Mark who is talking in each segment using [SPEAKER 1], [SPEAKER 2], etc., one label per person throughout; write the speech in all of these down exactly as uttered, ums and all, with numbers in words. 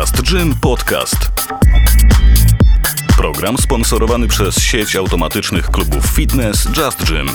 [SPEAKER 1] Just Gym Podcast. Program sponsorowany przez sieć automatycznych klubów fitness Just Gym.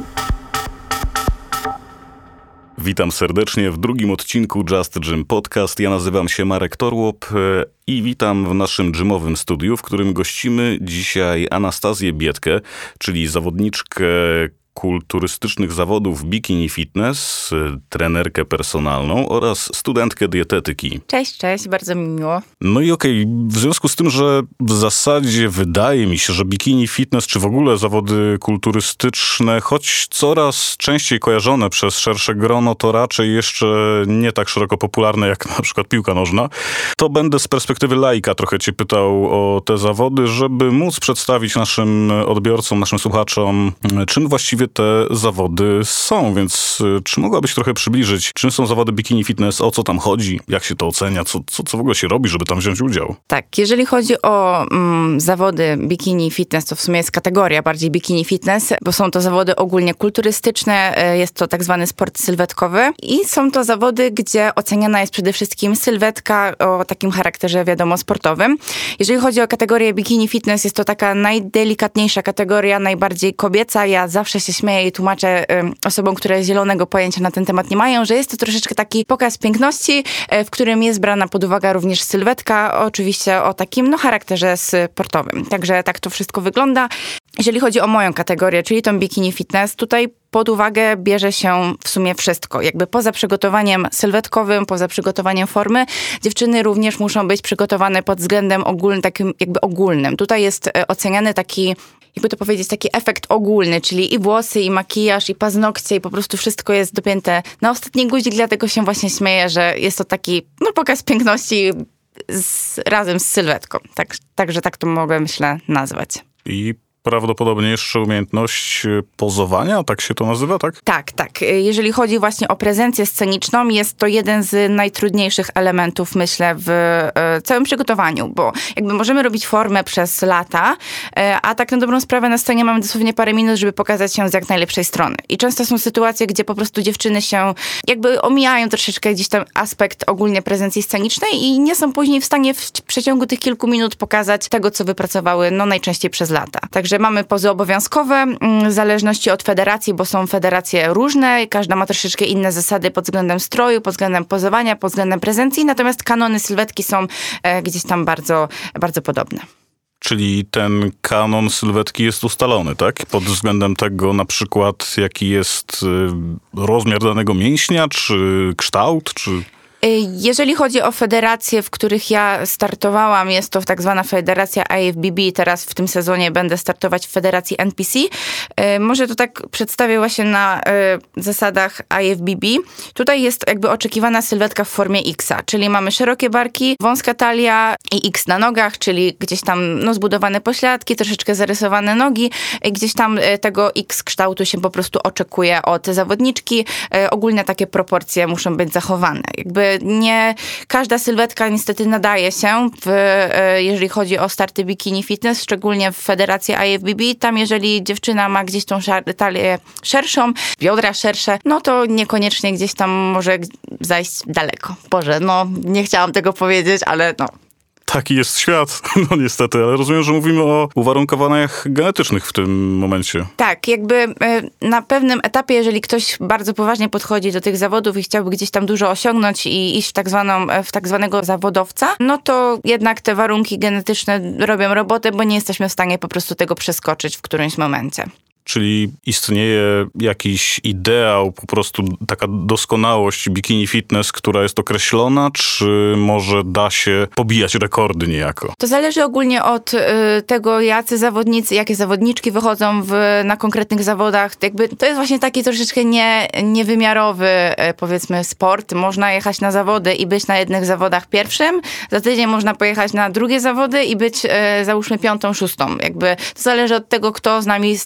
[SPEAKER 1] Witam serdecznie w drugim odcinku Just Gym Podcast. Ja nazywam się Marek Torłop i witam w naszym gymowym studiu, w którym gościmy dzisiaj Anastazję Biedkę, czyli zawodniczkę kulturystycznych zawodów bikini fitness, trenerkę personalną oraz studentkę dietetyki.
[SPEAKER 2] Cześć, cześć, bardzo mi miło.
[SPEAKER 1] No i okej, okay, w związku z tym, że w zasadzie wydaje mi się, że bikini fitness, czy w ogóle zawody kulturystyczne, choć coraz częściej kojarzone przez szersze grono, to raczej jeszcze nie tak szeroko popularne jak na przykład piłka nożna, to będę z perspektywy laika trochę cię pytał o te zawody, żeby móc przedstawić naszym odbiorcom, naszym słuchaczom, czym właściwie te zawody są, więc czy mogłabyś trochę przybliżyć, czym są zawody bikini fitness, o co tam chodzi, jak się to ocenia, co, co, co w ogóle się robi, żeby tam wziąć udział?
[SPEAKER 2] Tak, jeżeli chodzi o mm, zawody bikini fitness, to w sumie jest kategoria bardziej bikini fitness, bo są to zawody ogólnie kulturystyczne, jest to tak zwany sport sylwetkowy i są to zawody, gdzie oceniana jest przede wszystkim sylwetka o takim charakterze, wiadomo, sportowym. Jeżeli chodzi o kategorię bikini fitness, jest to taka najdelikatniejsza kategoria, najbardziej kobieca. Ja zawsze się śmieję i tłumaczę y, osobom, które zielonego pojęcia na ten temat nie mają, że jest to troszeczkę taki pokaz piękności, y, w którym jest brana pod uwagę również sylwetka, oczywiście o takim no, charakterze sportowym. Także tak to wszystko wygląda. Jeżeli chodzi o moją kategorię, czyli tą bikini fitness, tutaj pod uwagę bierze się w sumie wszystko. Jakby poza przygotowaniem sylwetkowym, poza przygotowaniem formy, dziewczyny również muszą być przygotowane pod względem ogólnym, takim jakby ogólnym. Tutaj jest oceniany taki, jakby to powiedzieć, taki efekt ogólny, czyli i włosy, i makijaż, i paznokcie, i po prostu wszystko jest dopięte na ostatni guzik, dlatego się właśnie śmieję, że jest to taki no, pokaz piękności z, razem z sylwetką. Tak, także tak to mogę, myślę, nazwać.
[SPEAKER 1] I prawdopodobnie jeszcze umiejętność pozowania, tak się to nazywa, tak?
[SPEAKER 2] Tak, tak. Jeżeli chodzi właśnie o prezencję sceniczną, jest to jeden z najtrudniejszych elementów, myślę, w e, całym przygotowaniu, bo jakby możemy robić formę przez lata, e, a tak na dobrą sprawę na scenie mamy dosłownie parę minut, żeby pokazać się z jak najlepszej strony. I często są sytuacje, gdzie po prostu dziewczyny się jakby omijają troszeczkę gdzieś tam aspekt ogólnie prezencji scenicznej i nie są później w stanie w przeciągu tych kilku minut pokazać tego, co wypracowały, no najczęściej przez lata. Także mamy pozy obowiązkowe, w zależności od federacji, bo są federacje różne, każda ma troszeczkę inne zasady pod względem stroju, pod względem pozowania, pod względem prezencji, natomiast kanony sylwetki są e, gdzieś tam bardzo, bardzo podobne.
[SPEAKER 1] Czyli ten kanon sylwetki jest ustalony, tak? Pod względem tego na przykład, jaki jest rozmiar danego mięśnia, czy kształt, czy...
[SPEAKER 2] Jeżeli chodzi o federacje, w których ja startowałam, jest to tak zwana federacja I F B B, teraz w tym sezonie będę startować w federacji N P C. Może to tak przedstawię właśnie na zasadach I F B B. Tutaj jest jakby oczekiwana sylwetka w formie X-a, czyli mamy szerokie barki, wąska talia i X na nogach, czyli gdzieś tam no, zbudowane pośladki, troszeczkę zarysowane nogi, gdzieś tam tego X kształtu się po prostu oczekuje od zawodniczki. Ogólnie takie proporcje muszą być zachowane. Jakby nie każda sylwetka niestety nadaje się, w, jeżeli chodzi o starty bikini fitness, szczególnie w federacji I F B B. Tam jeżeli dziewczyna ma gdzieś tą szar- talię szerszą, biodra szersze, no to niekoniecznie gdzieś tam może zajść daleko. Boże, no nie chciałam tego powiedzieć, ale no.
[SPEAKER 1] Taki jest świat, no niestety, ale rozumiem, że mówimy o uwarunkowaniach genetycznych w tym momencie.
[SPEAKER 2] Tak, jakby na pewnym etapie, jeżeli ktoś bardzo poważnie podchodzi do tych zawodów i chciałby gdzieś tam dużo osiągnąć i iść w tak zwaną, w tak zwanego zawodowca, no to jednak te warunki genetyczne robią robotę, bo nie jesteśmy w stanie po prostu tego przeskoczyć w którymś momencie.
[SPEAKER 1] Czyli istnieje jakiś ideał, po prostu taka doskonałość bikini fitness, która jest określona, czy może da się pobijać rekordy niejako?
[SPEAKER 2] To zależy ogólnie od y, tego, jacy zawodnicy, jakie zawodniczki wychodzą w, na konkretnych zawodach. Jakby to jest właśnie taki troszeczkę nie, niewymiarowy, y, powiedzmy, sport. Można jechać na zawody i być na jednych zawodach pierwszym, za tydzień można pojechać na drugie zawody i być, y, załóżmy, piątą, szóstą. Jakby to zależy od tego, kto z nami staje na scenie.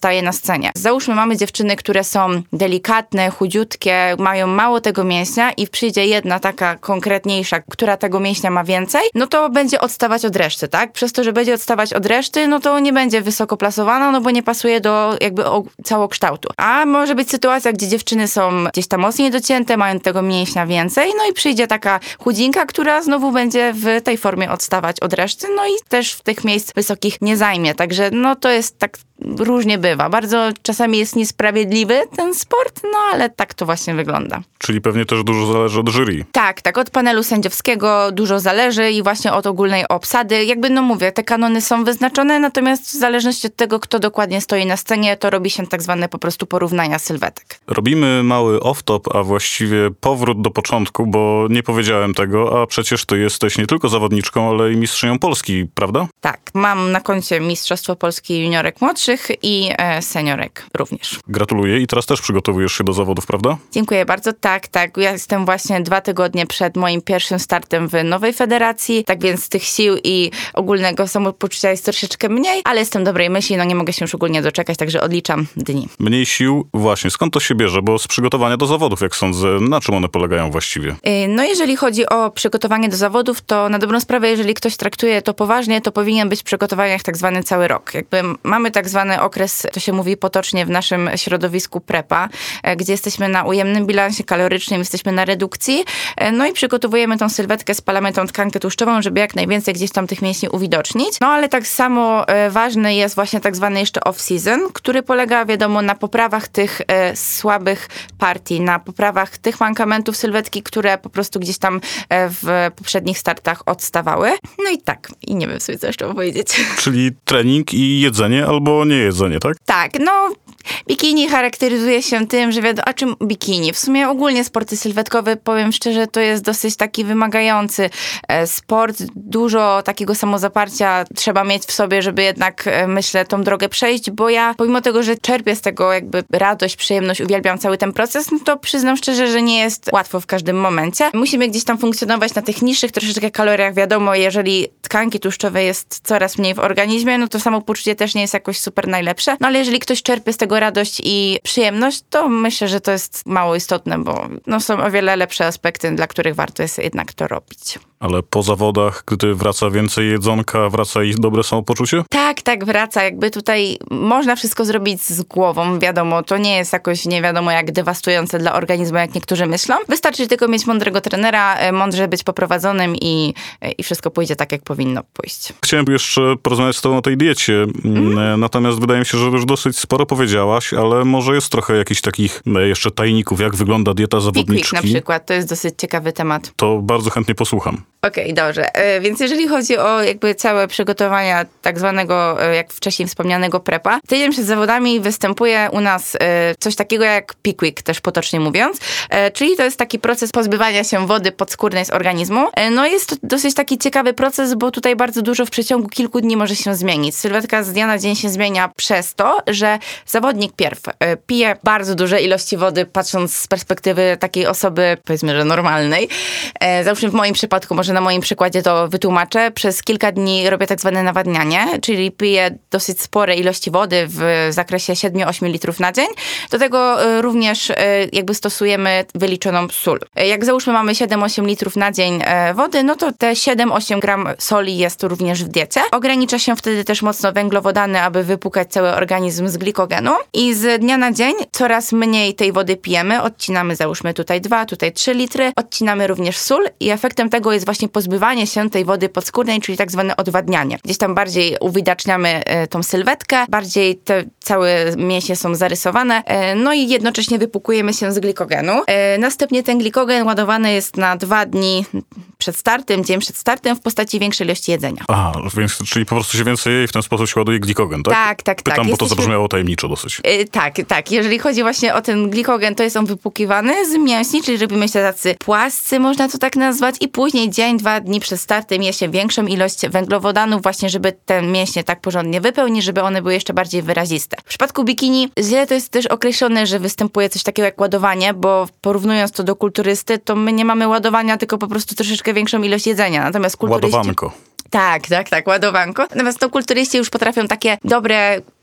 [SPEAKER 2] scenie. Załóżmy, mamy dziewczyny, które są delikatne, chudziutkie, mają mało tego mięśnia i przyjdzie jedna taka konkretniejsza, która tego mięśnia ma więcej, no to będzie odstawać od reszty, tak? Przez to, że będzie odstawać od reszty, no to nie będzie wysoko plasowana, no bo nie pasuje do jakby całokształtu. A może być sytuacja, gdzie dziewczyny są gdzieś tam mocniej docięte, mają tego mięśnia więcej, no i przyjdzie taka chudzinka, która znowu będzie w tej formie odstawać od reszty, no i też w tych miejsc wysokich nie zajmie. Także no to jest tak różnie bywa. Bardzo czasami jest niesprawiedliwy ten sport, no ale tak to właśnie wygląda.
[SPEAKER 1] Czyli pewnie też dużo zależy od jury.
[SPEAKER 2] Tak, tak. Od panelu sędziowskiego dużo zależy i właśnie od ogólnej obsady. Jakby, no mówię, te kanony są wyznaczone, natomiast w zależności od tego, kto dokładnie stoi na scenie, to robi się tak zwane po prostu porównania sylwetek.
[SPEAKER 1] Robimy mały off-top, a właściwie powrót do początku, bo nie powiedziałem tego, a przecież ty jesteś nie tylko zawodniczką, ale i mistrzynią Polski, prawda?
[SPEAKER 2] Tak. Mam na koncie Mistrzostwo Polski juniorek młodszych i e, seniorek również.
[SPEAKER 1] Gratuluję i teraz też przygotowujesz się do zawodów, prawda?
[SPEAKER 2] Dziękuję bardzo. Tak, tak. Ja jestem właśnie dwa tygodnie przed moim pierwszym startem w nowej federacji, tak więc tych sił i ogólnego samopoczucia jest troszeczkę mniej, ale jestem dobrej myśli, no nie mogę się już ogólnie doczekać, także odliczam dni.
[SPEAKER 1] Mniej sił? Właśnie, skąd to się bierze? Bo z przygotowania do zawodów, jak sądzę, na czym one polegają właściwie?
[SPEAKER 2] No jeżeli chodzi o przygotowanie do zawodów, to na dobrą sprawę, jeżeli ktoś traktuje to poważnie, to powinien być w przygotowaniach tak zwany cały rok. Jakby mamy tak zwany okres, to się mówi potocznie w naszym środowisku prepa, gdzie jesteśmy na ujemnym bilansie kalorycznym, jesteśmy na redukcji, no i przygotowujemy tą sylwetkę, spalamy tą tkankę tłuszczową, żeby jak najwięcej gdzieś tam tych mięśni uwidocznić. No ale tak samo ważny jest właśnie tak zwany jeszcze off-season, który polega, wiadomo, na poprawach tych e, słabych partii, na poprawach tych mankamentów sylwetki, które po prostu gdzieś tam e, w poprzednich startach odstawały. No i tak, i nie wiem sobie co jeszcze powiedzieć.
[SPEAKER 1] Czyli trening i jedzenie albo nie jedzenie, tak?
[SPEAKER 2] Tak, no bikini charakteryzuje się tym, że wiadomo, a czym bikini? W sumie ogólnie sporty sylwetkowe, powiem szczerze, to jest dosyć taki wymagający e, sport. Dużo takiego samozaparcia trzeba mieć w sobie, żeby jednak, e, myślę, tą drogę przejść, bo ja, pomimo tego, że czerpię z tego jakby radość, przyjemność, uwielbiam cały ten proces, no to przyznam szczerze, że nie jest łatwo w każdym momencie. Musimy gdzieś tam funkcjonować na tych niższych troszeczkę kaloriach. Wiadomo, jeżeli tkanki tłuszczowej jest coraz mniej w organizmie, no to samopoczucie też nie jest jakoś super najlepsze. No ale jeżeli ktoś czerpie z tego radość i przyjemność, to myślę, że to jest mało istotne, bo no, są o wiele lepsze aspekty, dla których warto jest jednak to robić.
[SPEAKER 1] Ale po zawodach, gdy wraca więcej jedzonka, wraca ich dobre samopoczucie?
[SPEAKER 2] Tak, tak, wraca. Jakby tutaj można wszystko zrobić z głową, wiadomo, to nie jest jakoś nie wiadomo jak dewastujące dla organizmu, jak niektórzy myślą. Wystarczy tylko mieć mądrego trenera, mądrze być poprowadzonym i, i wszystko pójdzie tak, jak powinno pójść.
[SPEAKER 1] Chciałem jeszcze porozmawiać z tobą o tej diecie, mm. natomiast wydaje mi się, że już dosyć sporo powiedziałaś, ale może jest trochę jakichś takich jeszcze tajników, jak wygląda dieta zawodniczki.
[SPEAKER 2] Quick na przykład, to jest dosyć ciekawy temat.
[SPEAKER 1] To bardzo chętnie posłucham.
[SPEAKER 2] Okej, okay, dobrze. Więc jeżeli chodzi o jakby całe przygotowania tak zwanego, jak wcześniej wspomnianego prepa, tydzień przed zawodami występuje u nas coś takiego jak Pickwick, też potocznie mówiąc, czyli to jest taki proces pozbywania się wody podskórnej z organizmu. No jest to dosyć taki ciekawy proces, bo tutaj bardzo dużo w przeciągu kilku dni może się zmienić. Sylwetka z dnia na dzień się zmienia przez to, że zawodnik pierw pije bardzo duże ilości wody, patrząc z perspektywy takiej osoby, powiedzmy, że normalnej. Załóżmy w moim przypadku, może na moim przykładzie to wytłumaczę. Przez kilka dni robię tak zwane nawadnianie, czyli piję dosyć spore ilości wody w zakresie siedem do ośmiu litrów na dzień. Do tego również jakby stosujemy wyliczoną sól. Jak załóżmy mamy siedem do ośmiu litrów na dzień wody, no to te siedem do ośmiu gram soli jest również w diecie. Ogranicza się wtedy też mocno węglowodany, aby wypłukać cały organizm z glikogenu i z dnia na dzień coraz mniej tej wody pijemy. Odcinamy załóżmy tutaj dwa, tutaj trzy litry. Odcinamy również sól i efektem tego jest właśnie pozbywanie się tej wody podskórnej, czyli tak zwane odwadnianie. Gdzieś tam bardziej uwidaczniamy e, tą sylwetkę, bardziej te całe mięśnie są zarysowane, e, no i jednocześnie wypłukujemy się z glikogenu. E, następnie ten glikogen ładowany jest na dwa dni przed startem, dzień przed startem w postaci większej ilości jedzenia.
[SPEAKER 1] Aha, więc, czyli po prostu się więcej je i w ten sposób się ładuje glikogen, tak?
[SPEAKER 2] Tak, tak,
[SPEAKER 1] Pytam,
[SPEAKER 2] tak.
[SPEAKER 1] bo
[SPEAKER 2] Jesteśmy...
[SPEAKER 1] to zabrzmiało tajemniczo dosyć.
[SPEAKER 2] E, tak, tak. Jeżeli chodzi właśnie o ten glikogen, to jest on wypłukiwany z mięśni, czyli robimy się tacy płascy, można to tak nazwać, i później dzień, dwa dni przed startem je się większą ilość węglowodanów właśnie, żeby te mięśnie tak porządnie wypełnić, żeby one były jeszcze bardziej wyraziste. W przypadku bikini źle to jest też określone, że występuje coś takiego jak ładowanie, bo porównując to do kulturysty, to my nie mamy ładowania, tylko po prostu troszeczkę większą ilość jedzenia. Natomiast kulturyści...
[SPEAKER 1] Ładowanko.
[SPEAKER 2] Tak, tak, tak, ładowanko. Natomiast to kulturyści już potrafią takie dobre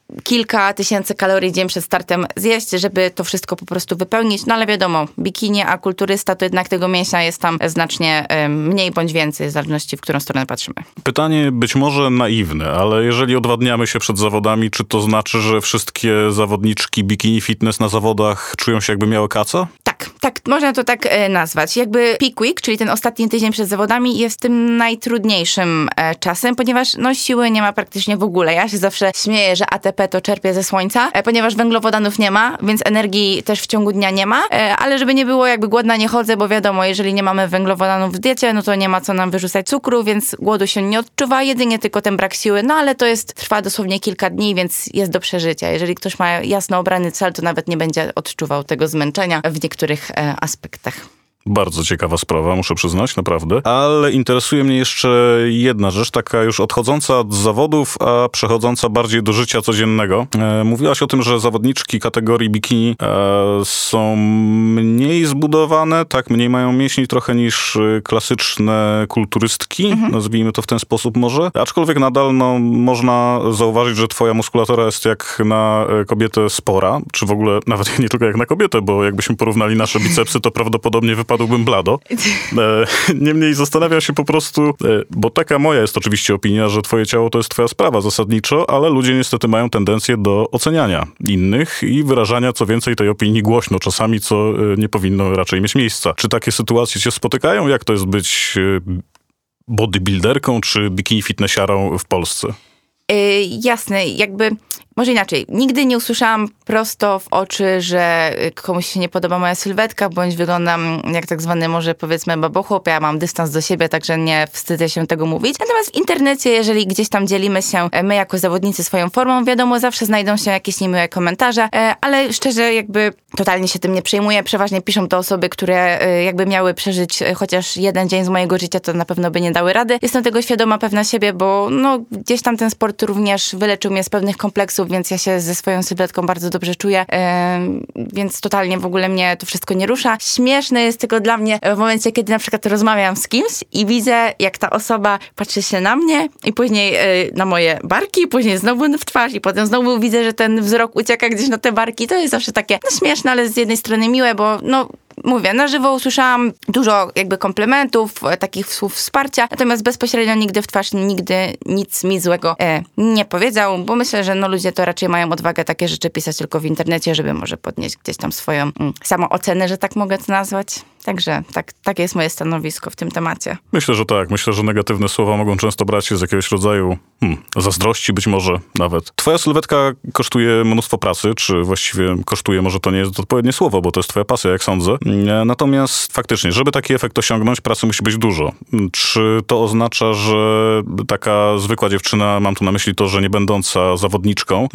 [SPEAKER 2] kilka tysięcy kalorii dzień przed startem zjeść, żeby to wszystko po prostu wypełnić. No ale wiadomo, bikini, a kulturysta to jednak tego mięśnia jest tam znacznie mniej bądź więcej, w zależności w którą stronę patrzymy.
[SPEAKER 1] Pytanie być może naiwne, ale jeżeli odwadniamy się przed zawodami, czy to znaczy, że wszystkie zawodniczki bikini fitness na zawodach czują się jakby miały kaca?
[SPEAKER 2] Tak, tak, można to tak e, nazwać. Jakby peak week, czyli ten ostatni tydzień przed zawodami jest tym najtrudniejszym e, czasem, ponieważ no siły nie ma praktycznie w ogóle. Ja się zawsze śmieję, że A T P to czerpię ze słońca, e, ponieważ węglowodanów nie ma, więc energii też w ciągu dnia nie ma, e, ale żeby nie było jakby głodna nie chodzę, bo wiadomo, jeżeli nie mamy węglowodanów w diecie, no to nie ma co nam wyrzucać cukru, więc głodu się nie odczuwa, jedynie tylko ten brak siły, no ale to jest, trwa dosłownie kilka dni, więc jest do przeżycia. Jeżeli ktoś ma jasno obrany cel, to nawet nie będzie odczuwał tego zmęczenia w niektórych e, aspektach.
[SPEAKER 1] Bardzo ciekawa sprawa, muszę przyznać, naprawdę. Ale interesuje mnie jeszcze jedna rzecz, taka już odchodząca od zawodów, a przechodząca bardziej do życia codziennego. E, mówiłaś o tym, że zawodniczki kategorii bikini e, są mniej zbudowane, tak, mniej mają mięśni trochę niż klasyczne kulturystki, mhm. nazwijmy to w ten sposób może. Aczkolwiek nadal no, można zauważyć, że twoja muskulatura jest jak na kobietę spora, czy w ogóle nawet nie tylko jak na kobietę, bo jakbyśmy porównali nasze bicepsy, to prawdopodobnie wypadło Padłbym blado. Niemniej zastanawiam się po prostu, bo taka moja jest oczywiście opinia, że twoje ciało to jest twoja sprawa zasadniczo, ale ludzie niestety mają tendencję do oceniania innych i wyrażania co więcej tej opinii głośno, czasami co nie powinno raczej mieć miejsca. Czy takie sytuacje cię spotykają? Jak to jest być bodybuilderką czy bikini fitnessiarą w Polsce?
[SPEAKER 2] Yy, jasne, jakby może inaczej. Nigdy nie usłyszałam prosto w oczy, że komuś się nie podoba moja sylwetka, bądź wyglądam jak tak zwany może powiedzmy babochłop. Ja mam dystans do siebie, także nie wstydzę się tego mówić. Natomiast w internecie, jeżeli gdzieś tam dzielimy się my jako zawodnicy swoją formą, wiadomo, zawsze znajdą się jakieś niemiłe komentarze, ale szczerze jakby totalnie się tym nie przejmuję. Przeważnie piszą to osoby, które jakby miały przeżyć chociaż jeden dzień z mojego życia, to na pewno by nie dały rady. Jestem tego świadoma, pewna siebie, bo no gdzieś tam ten sport również wyleczył mnie z pewnych kompleksów, więc ja się ze swoją sylwetką bardzo dobrze czuję, yy, więc totalnie w ogóle mnie to wszystko nie rusza. Śmieszne jest tylko dla mnie w momencie, kiedy na przykład rozmawiam z kimś i widzę, jak ta osoba patrzy się na mnie i później yy, na moje barki, później znowu w twarz i potem znowu widzę, że ten wzrok ucieka gdzieś na te barki. To jest zawsze takie no, śmieszne, ale z jednej strony miłe, bo no mówię, na żywo usłyszałam dużo jakby komplementów, takich słów wsparcia, natomiast bezpośrednio nigdy w twarz nigdy nic mi złego e, nie powiedział, bo myślę, że no ludzie to raczej mają odwagę takie rzeczy pisać tylko w internecie, żeby może podnieść gdzieś tam swoją mm, samoocenę, że tak mogę to nazwać. Także tak, takie jest moje stanowisko w tym temacie.
[SPEAKER 1] Myślę, że tak. Myślę, że negatywne słowa mogą często brać się z jakiegoś rodzaju hmm, zazdrości być może nawet. Twoja sylwetka kosztuje mnóstwo pracy, czy właściwie kosztuje, może to nie jest odpowiednie słowo, bo to jest twoja pasja, jak sądzę. Natomiast faktycznie, żeby taki efekt osiągnąć, pracy musi być dużo. Czy to oznacza, że taka zwykła dziewczyna, mam tu na myśli to, że nie będąca zawodniczką,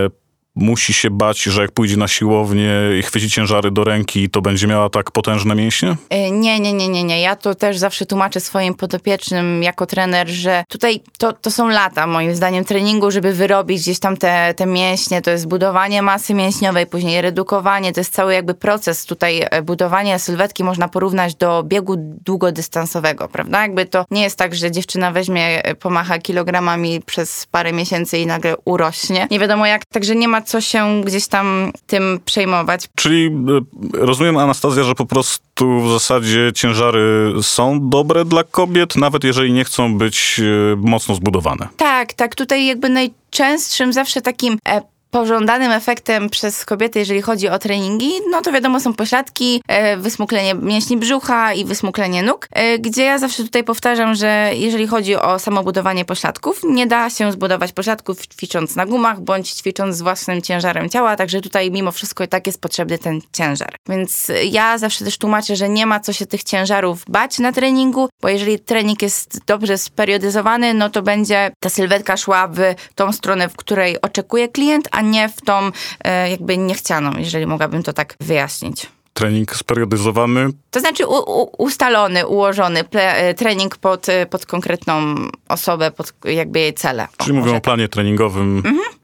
[SPEAKER 1] musi się bać, że jak pójdzie na siłownię i chwyci ciężary do ręki, to będzie miała tak potężne mięśnie?
[SPEAKER 2] Nie, nie, nie, nie, nie. Ja to też zawsze tłumaczę swoim podopiecznym jako trener, że tutaj to, to są lata moim zdaniem treningu, żeby wyrobić gdzieś tam te, te mięśnie. To jest budowanie masy mięśniowej, później redukowanie. To jest cały jakby proces. Tutaj budowanie sylwetki można porównać do biegu długodystansowego, prawda? Jakby to nie jest tak, że dziewczyna weźmie, pomacha kilogramami przez parę miesięcy i nagle urośnie. Nie wiadomo jak, także nie ma co się gdzieś tam tym przejmować.
[SPEAKER 1] Czyli rozumiem, Anastazja, że po prostu w zasadzie ciężary są dobre dla kobiet, nawet jeżeli nie chcą być mocno zbudowane.
[SPEAKER 2] Tak, tak. Tutaj jakby najczęstszym zawsze takim e, pożądanym efektem przez kobiety, jeżeli chodzi o treningi, no to wiadomo są pośladki, e, wysmuklenie mięśni brzucha i wysmuklenie nóg, e, gdzie ja zawsze tutaj powtarzam, że jeżeli chodzi o samobudowanie pośladków, nie da się zbudować pośladków ćwicząc na gumach, bądź ćwicząc z własnym ciężarem ciała, także tutaj mimo wszystko i tak jest potrzebny ten ciężar. Więc ja zawsze też tłumaczę, że nie ma co się tych ciężarów bać na treningu, bo jeżeli trening jest dobrze speriodyzowany, no to będzie ta sylwetka szła w tą stronę, w której oczekuje klient, a nie w tą e, jakby niechcianą, jeżeli mogłabym to tak wyjaśnić.
[SPEAKER 1] Trening speriodyzowany?
[SPEAKER 2] To znaczy u, u, ustalony, ułożony ple, trening pod, pod konkretną osobę, pod jakby jej cele.
[SPEAKER 1] Czyli o, mówią o planie treningowym. Mhm.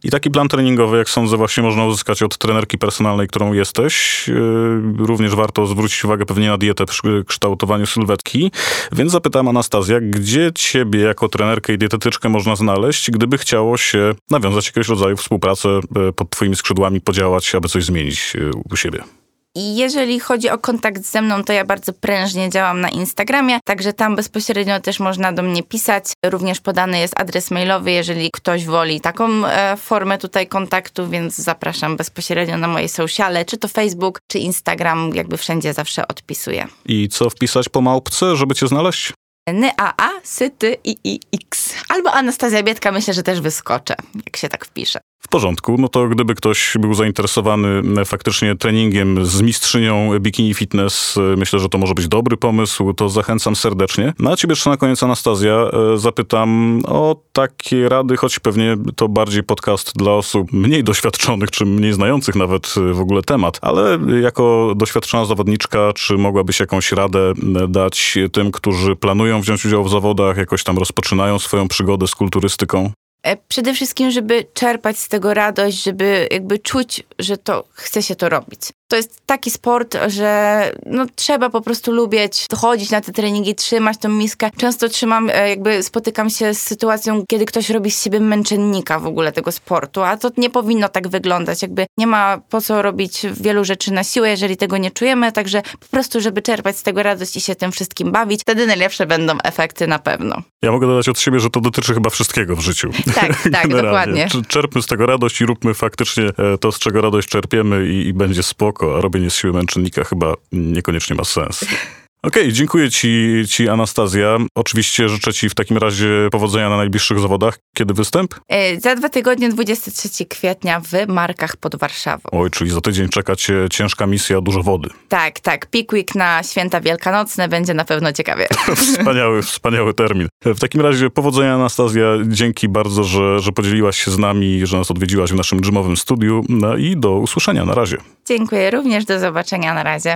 [SPEAKER 1] I taki plan treningowy, jak sądzę, właśnie można uzyskać od trenerki personalnej, którą jesteś. Również warto zwrócić uwagę pewnie na dietę przy kształtowaniu sylwetki. Więc zapytam Anastazja, gdzie ciebie jako trenerkę i dietetyczkę można znaleźć, gdyby chciało się nawiązać jakiegoś rodzaju współpracę pod twoimi skrzydłami, podziałać, aby coś zmienić u siebie?
[SPEAKER 2] I jeżeli chodzi o kontakt ze mną, to ja bardzo prężnie działam na Instagramie, także tam bezpośrednio też można do mnie pisać. Również podany jest adres mailowy, jeżeli ktoś woli taką e, formę tutaj kontaktu, więc zapraszam bezpośrednio na moje sociale, czy to Facebook, czy Instagram, jakby wszędzie zawsze odpisuję.
[SPEAKER 1] I co wpisać po małpce, żeby cię znaleźć?
[SPEAKER 2] N A A S Y T I I X. Albo Anastazja Bietka, myślę, że też wyskoczę, jak się tak wpisze.
[SPEAKER 1] W porządku, no to gdyby ktoś był zainteresowany faktycznie treningiem z mistrzynią Bikini Fitness, myślę, że to może być dobry pomysł, to zachęcam serdecznie. No a ciebie jeszcze na koniec, Anastazja, zapytam o takie rady, choć pewnie to bardziej podcast dla osób mniej doświadczonych, czy mniej znających nawet w ogóle temat, ale jako doświadczona zawodniczka, czy mogłabyś jakąś radę dać tym, którzy planują wziąć udział w zawodach, jakoś tam rozpoczynają swoją przygodę z kulturystyką?
[SPEAKER 2] Przede wszystkim, żeby czerpać z tego radość, żeby jakby czuć, że to chce się to robić. To jest taki sport, że no, trzeba po prostu lubić chodzić na te treningi, trzymać tą miskę. Często trzymam, jakby spotykam się z sytuacją, kiedy ktoś robi z siebie męczennika w ogóle tego sportu, a to nie powinno tak wyglądać. Jakby nie ma po co robić wielu rzeczy na siłę, jeżeli tego nie czujemy, także po prostu, żeby czerpać z tego radość i się tym wszystkim bawić, wtedy najlepsze będą efekty na pewno.
[SPEAKER 1] Ja mogę dodać od siebie, że to dotyczy chyba wszystkiego w życiu.
[SPEAKER 2] Tak, tak, dokładnie.
[SPEAKER 1] Czerpmy z tego radość i róbmy faktycznie to, z czego radość czerpiemy i, i będzie spoko, a robienie z siły męczennika chyba niekoniecznie ma sens. Okej, okay, dziękuję ci, ci Anastazja. Oczywiście życzę ci w takim razie powodzenia na najbliższych zawodach. Kiedy występ?
[SPEAKER 2] Yy, za dwa tygodnie, dwudziestego trzeciego kwietnia w Markach pod Warszawą.
[SPEAKER 1] Oj, czyli za tydzień czeka cię ciężka misja, dużo wody.
[SPEAKER 2] Tak, tak. Peak Week na święta wielkanocne będzie na pewno ciekawie.
[SPEAKER 1] Wspaniały, wspaniały termin. W takim razie powodzenia, Anastazja. Dzięki bardzo, że, że podzieliłaś się z nami, że nas odwiedziłaś w naszym gymowym studiu. No i do usłyszenia. Na razie.
[SPEAKER 2] Dziękuję również. Do zobaczenia. Na razie.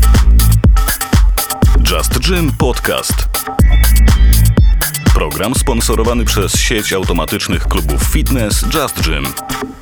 [SPEAKER 1] Just Gym Podcast. Program sponsorowany przez sieć automatycznych klubów fitness Just Gym.